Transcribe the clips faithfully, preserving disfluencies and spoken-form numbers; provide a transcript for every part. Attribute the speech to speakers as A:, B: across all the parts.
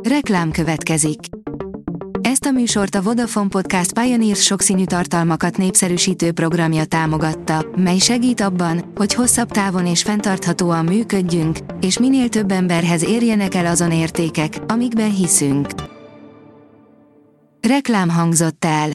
A: Reklám következik. Ezt a műsort a Vodafone Podcast Pioneers sokszínű tartalmakat népszerűsítő programja támogatta, mely segít abban, hogy hosszabb távon és fenntarthatóan működjünk, és minél több emberhez érjenek el azon értékek, amikben hiszünk. Reklám hangzott el.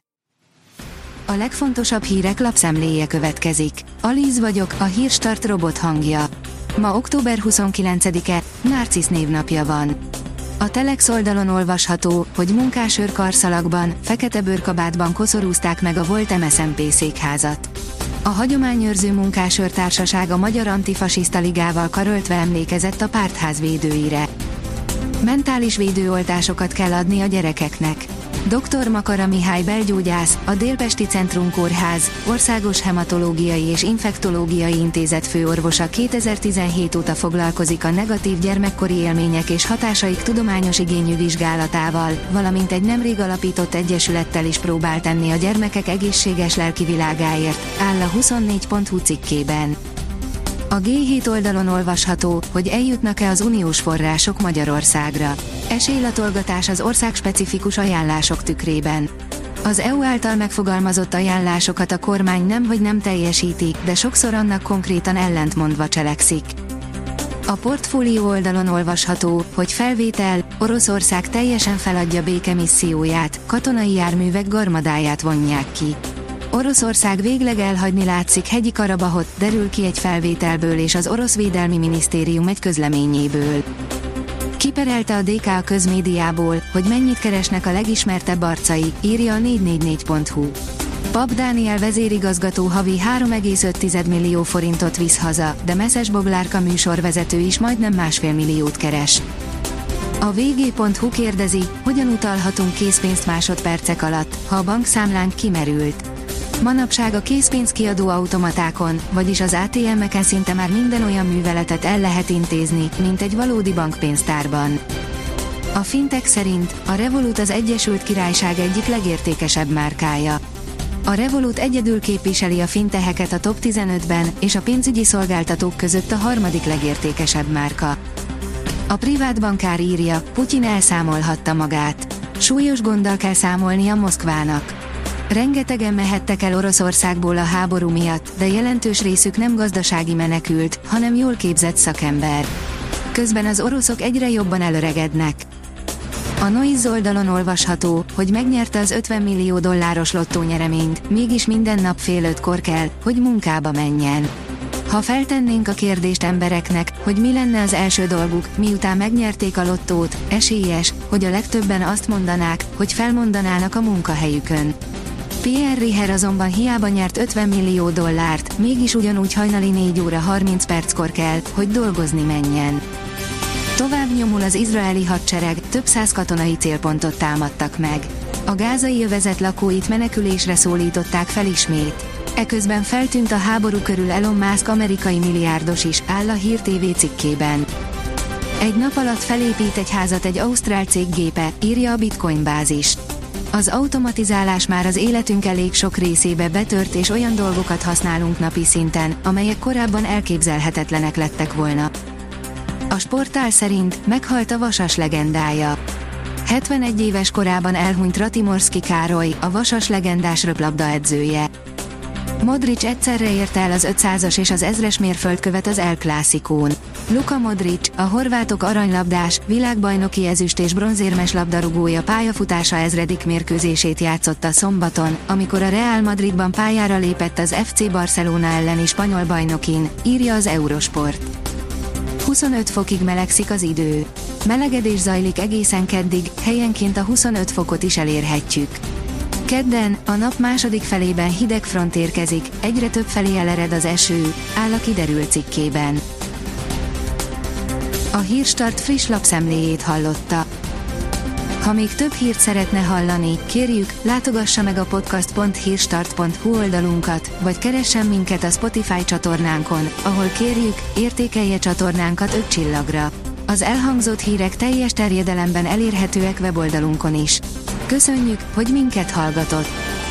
A: A legfontosabb hírek lapszemléje következik. Alíz vagyok, a Hírstart robot hangja. Ma október huszonkilencedike, Narcisz névnapja van. A Telex oldalon olvasható, hogy munkásőr karszalagban, fekete bőrkabátban koszorúzták meg a volt em es zé em pé székházat. A hagyományőrző munkásőr társaság a Magyar Antifasiszta Ligával karöltve emlékezett a pártház védőire. Mentális védőoltásokat kell adni a gyerekeknek. doktor Makara Mihály belgyógyász, a Délpesti Centrum Kórház, Országos Hematológiai és Infektológiai Intézet főorvosa kétezer-tizenhét óta foglalkozik a negatív gyermekkori élmények és hatásaik tudományos igényű vizsgálatával, valamint egy nemrég alapított egyesülettel is próbál tenni a gyermekek egészséges lelkivilágáért, áll a huszonnégy pont hu cikkében. A gé hét oldalon olvasható, hogy eljutnak-e az uniós források Magyarországra. Esélylatolgatás az országspecifikus ajánlások tükrében. Az é u által megfogalmazott ajánlásokat a kormány nemhogy nem teljesíti, de sokszor annak konkrétan ellentmondva cselekszik. A portfólió oldalon olvasható, hogy felvétel, Oroszország teljesen feladja békemisszióját, katonai járművek garmadáját vonják ki. Oroszország végleg elhagyni látszik Hegyi Karabahot, derül ki egy felvételből és az orosz védelmi minisztérium egy közleményéből. Kiperelte a dé ká a közmédiából, hogy mennyit keresnek a legismertebb arcai, írja a négy négy négy pont hu. Pap Dániel vezérigazgató havi három egész öt millió forintot visz haza, de Meszes Boglárka műsorvezető is majdnem másfél milliót keres. A vé gé pont hu kérdezi, hogyan utalhatunk készpénzt másodpercek alatt, ha a bankszámlánk kimerült. Manapság a készpénzkiadó automatákon, vagyis az á té em-eken szinte már minden olyan műveletet el lehet intézni, mint egy valódi bankpénztárban. A Fintech szerint a Revolut az Egyesült Királyság egyik legértékesebb márkája. A Revolut egyedül képviseli a fintecheket a top tizenötben, és a pénzügyi szolgáltatók között a harmadik legértékesebb márka. A privát bankár írja, Putyin elszámolhatta magát. Súlyos gonddal kell számolnia Moszkvának. Rengetegen mehettek el Oroszországból a háború miatt, de jelentős részük nem gazdasági menekült, hanem jól képzett szakember. Közben az oroszok egyre jobban elöregednek. A Noise oldalon olvasható, hogy megnyerte az ötven millió dolláros lottónyereményt, mégis minden nap fél ötkor kell, hogy munkába menjen. Ha feltennénk a kérdést embereknek, hogy mi lenne az első dolguk, miután megnyerték a lottót, esélyes, hogy a legtöbben azt mondanák, hogy felmondanának a munkahelyükön. Pierre Riher azonban hiába nyert ötven millió dollárt, mégis ugyanúgy hajnali négy óra harminc perckor kell, hogy dolgozni menjen. Tovább nyomul az izraeli hadsereg, több száz katonai célpontot támadtak meg. A gázai övezet lakóit menekülésre szólították fel ismét. Eközben feltűnt a háború körül Elon Musk amerikai milliárdos is, áll a Hír té vé cikkében. Egy nap alatt felépít egy házat egy ausztrál cég gépe, írja a Bitcoin bázis. Az automatizálás már az életünk elég sok részébe betört, és olyan dolgokat használunk napi szinten, amelyek korábban elképzelhetetlenek lettek volna. A sportál szerint meghalt a Vasas legendája. hetvenegy éves korában elhunyt Ratimorszki Károly, a Vasas legendás röplabda edzője. Modric egyszerre érte el az ötszázas és az ezres mérföldkövet az El Clasicón. Luka Modric, a horvátok aranylabdás, világbajnoki ezüst és bronzérmes labdarúgója pályafutása ezredik mérkőzését játszotta szombaton, amikor a Real Madridban pályára lépett az ef cé Barcelona elleni spanyol bajnokin, írja az Eurosport. huszonöt fokig melegszik az idő. Melegedés zajlik egészen keddig, helyenként a huszonöt fokot is elérhetjük. Kedden, a nap második felében hideg front érkezik, egyre több felé elered az eső, áll a Kiderült cikkében. A Hírstart friss lapszemléjét hallotta. Ha még több hírt szeretne hallani, kérjük, látogassa meg a podcast pont hírstart pont hu oldalunkat, vagy keressen minket a Spotify csatornánkon, ahol kérjük, értékelje csatornánkat öt csillagra. Az elhangzott hírek teljes terjedelemben elérhetőek weboldalunkon is. Köszönjük, hogy minket hallgatott!